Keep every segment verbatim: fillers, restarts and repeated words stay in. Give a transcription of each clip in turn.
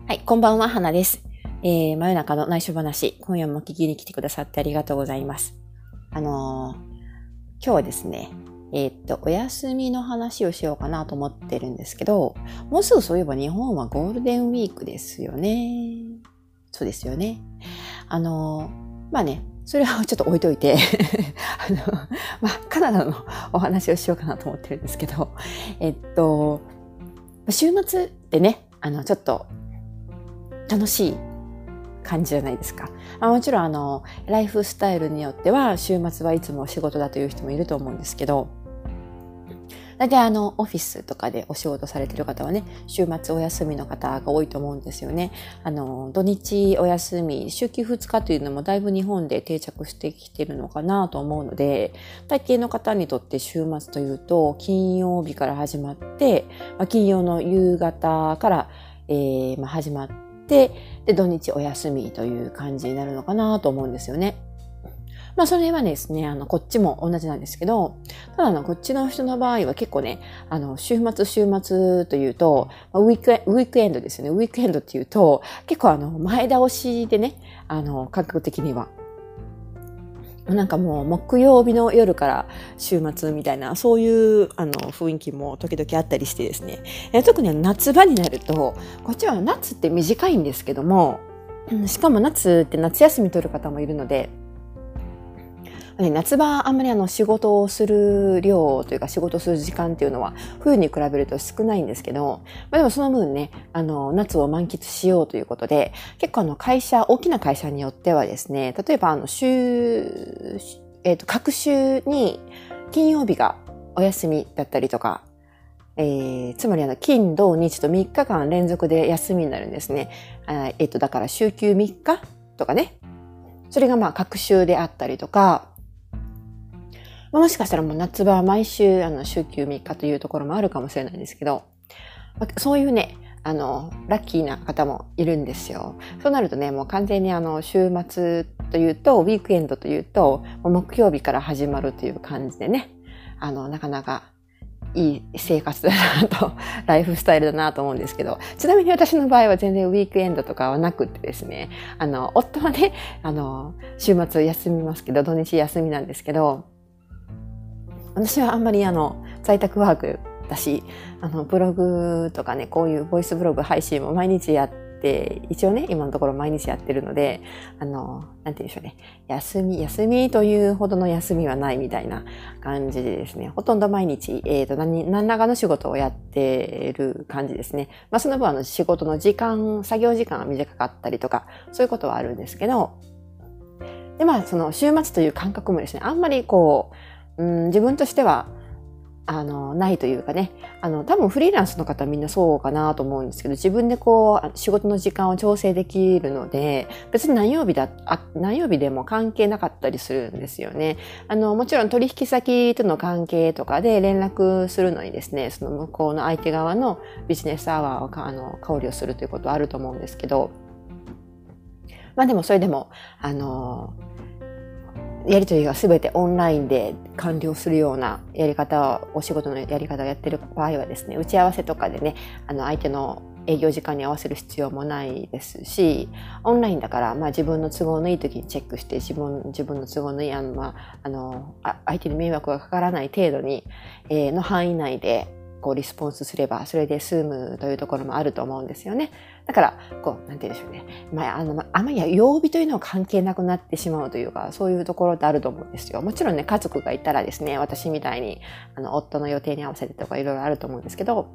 はい、こんばんは、花です。えー、真夜中の内緒話、今夜も聞きに来てくださってありがとうございます。あのー、今日はですね、えー、っと、お休みの話をしようかなと思ってるんですけど、もうすぐそういえば日本はゴールデンウィークですよね。そうですよね。あのー、まあね、それはちょっと置いといて、あの、まあ、カナダのお話をしようかなと思ってるんですけど、えっと、週末ってね、あの、ちょっと、楽しい感じじゃないですか。まあ、もちろんあのライフスタイルによっては週末はいつも仕事だという人もいると思うんですけど、大体あのオフィスとかでお仕事されてる方はね、週末お休みの方が多いと思うんですよね。あの土日お休み、週休ふつかというのもだいぶ日本で定着してきてるのかなと思うので、大抵の方にとって週末というと金曜日から始まって、まあ、金曜の夕方から、えーまあ、始まってで, で土日お休みという感じになるのかなと思うんですよね。まあそれはですね、あのこっちも同じなんですけど、ただのこっちの人の場合は結構ね、あの週末週末というとウィークエウィークエンドですよね。ウィークエンドっていうと結構あの前倒しでね、あの感覚的には。なんかもう木曜日の夜から週末みたいな、そういうあの雰囲気も時々あったりしてですね。特に夏場になると、こっちは夏って短いんですけども、しかも夏って夏休み取る方もいるので、夏場あんまりあの仕事をする量というか仕事する時間っていうのは冬に比べると少ないんですけど、まあ、でもその分ね、あの夏を満喫しようということで、結構あの会社、大きな会社によってはですね、例えばあの週、えっと、各週に金曜日がお休みだったりとか、えー、つまりあの金土日とみっかかん連続で休みになるんですね。あえっとだから週休みっかとかね、それがまあ各週であったりとか、もしかしたらもう夏場は毎週あの週休みっかというところもあるかもしれないんですけど、そういうね、あのラッキーな方もいるんですよ。そうなるとね、もう完全にあの週末というと、ウィークエンドというと、木曜日から始まるという感じでね、あのなかなかいい生活だなと、ライフスタイルだなと思うんですけど、ちなみに私の場合は全然ウィークエンドとかはなくってですね、あの夫はね、あの週末休みますけど、土日休みなんですけど、私はあんまりあの在宅ワークだし、あのブログとかね、こういうボイスブログ配信も毎日やって、一応ね、今のところ毎日やってるので、あの、なんて言うんでしょうね、休み、休みというほどの休みはないみたいな感じでですね、ほとんど毎日、えっと、何、何らかの仕事をやってる感じですね。まあ、その分あの仕事の時間、作業時間が短かったりとか、そういうことはあるんですけど、で、まあ、その週末という感覚もですね、あんまりこう、うん、自分としてはあのないというかね、あの多分フリーランスの方はみんなそうかなと思うんですけど、自分でこう仕事の時間を調整できるので、別に何曜日だあ何曜日でも関係なかったりするんですよね。あのもちろん取引先との関係とかで連絡するのにですね、その向こうの相手側のビジネスアワーをあの考慮するということはあると思うんですけど、まあでもそれでもあのやり取りが全てオンラインで完了するようなやり方、お仕事のやり方をやってる場合はですね、打ち合わせとかでね、あの相手の営業時間に合わせる必要もないですし、オンラインだから、まあ自分の都合のいい時にチェックして、自分、自分の都合のいい、あの、まあ、あの、相手に迷惑がかからない程度に、えー、の範囲内で、こうリスポンスすればそれで済むというところもあると思うんですよね。だからこうなんて言うんでしょうね。まああのあんまり曜日というのは関係なくなってしまうというか、そういうところってあると思うんですよ。もちろんね、家族がいたらですね、私みたいにあの夫の予定に合わせてとかいろいろあると思うんですけど。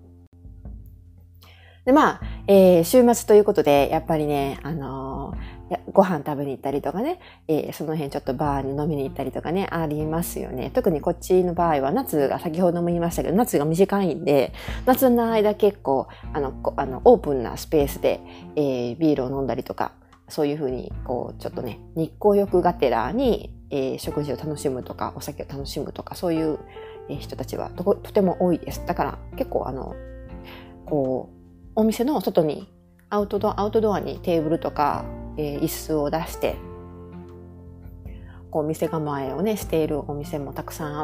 でまあ、えー、週末ということでやっぱりね、あのー、ご飯食べに行ったりとかね、えー、その辺ちょっとバーに飲みに行ったりとかね、ありますよね。特にこっちの場合は夏が先ほども言いましたけど、夏が短いんで、夏の間結構あのあのオープンなスペースで、えー、ビールを飲んだりとか、そういうふうにこうちょっとね、日光浴がてらに、えー、食事を楽しむとかお酒を楽しむとか、そういう人たちは と, とても多いです。だから結構あのこうお店の外にアウトドア、アウトドアにテーブルとか、えー、椅子を出して、 こう店構えをねしているお店もたくさんあって、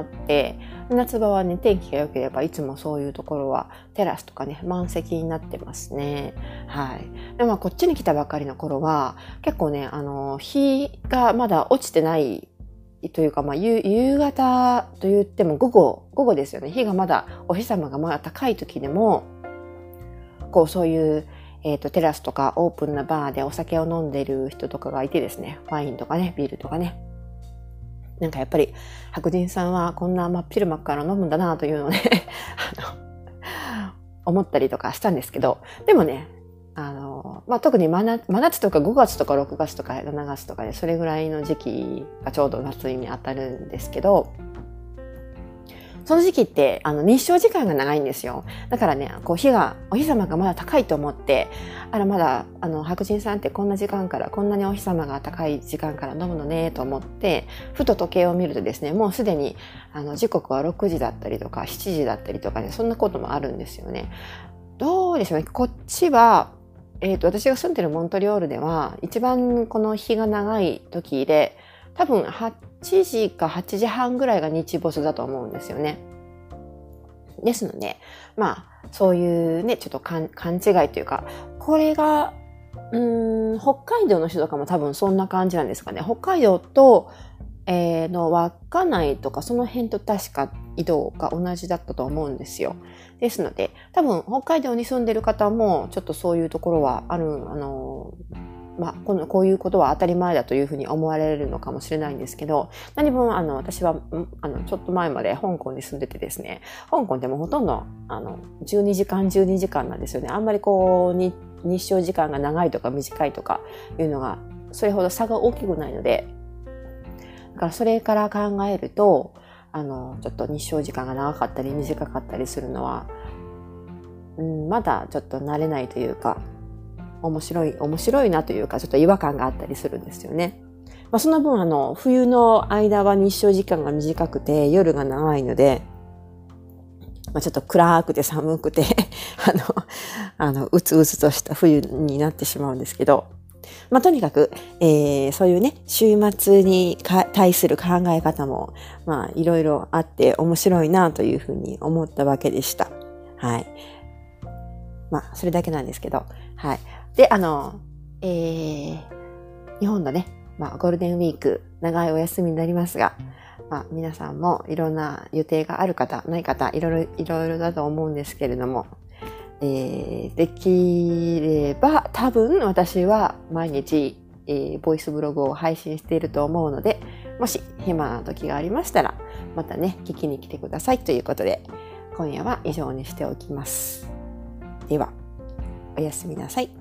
夏場はね天気が良ければいつもそういうところはテラスとかね満席になってますね。はい。でもまあこっちに来たばかりの頃は結構ねあの日がまだ落ちてないというか、まあ、夕, 夕方と言っても午後午後ですよね。日がまだお日様がまだ高い時でもこうそういう、えーと、テラスとかオープンなバーでお酒を飲んでいる人とかがいてですね、ワインとかねビールとかね、なんかやっぱり白人さんはこんな真っ昼間から飲むんだなというのをねあの思ったりとかしたんですけど、でもねあの、まあ、特に真夏、真夏とかごがつとかろくがつとかしちがつとかで、それぐらいの時期がちょうど夏に当たるんですけど、その時期ってあの日照時間が長いんですよ。だからね、こう日がお日様がまだ高いと思って、あらまだあの白人さんってこんな時間からこんなにお日様が高い時間から飲むのねと思って、ふと時計を見るとですね、もうすでにあの時刻はろくじだったりとかしちじだったりとかね、そんなこともあるんですよね。どうでしょうね。こっちはえーと、私が住んでるモントリオールでは一番この日が長い時で多分はちじかはちじはんぐらいが日没だと思うんですよね。ですのでまあそういうねちょっと勘違いというか、これがうーん北海道の人とかも多分そんな感じなんですかね。北海道と、えー、の稚内とかその辺と確か緯度が同じだったと思うんですよ。ですので多分北海道に住んでる方もちょっとそういうところはある、あのまあ、このこういうことは当たり前だというふうに思われるのかもしれないんですけど、何分あの私はあのちょっと前まで香港に住んでてですね、香港でもほとんどあのじゅうにじかんじゅうにじかんなんですよね。あんまりこうに日照時間が長いとか短いとかいうのがそれほど差が大きくないので、だからそれから考えるとあのちょっと日照時間が長かったり短かったりするのは、うん、まだちょっと慣れないというか面白い面白いなというかちょっと違和感があったりするんですよね。まあ、その分あの冬の間は日照時間が短くて夜が長いので、まあ、ちょっと暗くて寒くてあのあのうつうつとした冬になってしまうんですけど、まあ、とにかく、えー、そういうね週末に対する考え方もまあいろいろあって面白いなというふうに思ったわけでした。はい。まあそれだけなんですけど、はい。であの、えー、日本のね、まあ、ゴールデンウィーク長いお休みになりますが、まあ、皆さんもいろんな予定がある方ない方いろいろいろいろだと思うんですけれども、えー、できれば多分私は毎日、えー、ボイスブログを配信していると思うので、もし暇な時がありましたらまたね聞きに来てくださいということで、今夜は以上にしておきます。ではおやすみなさい。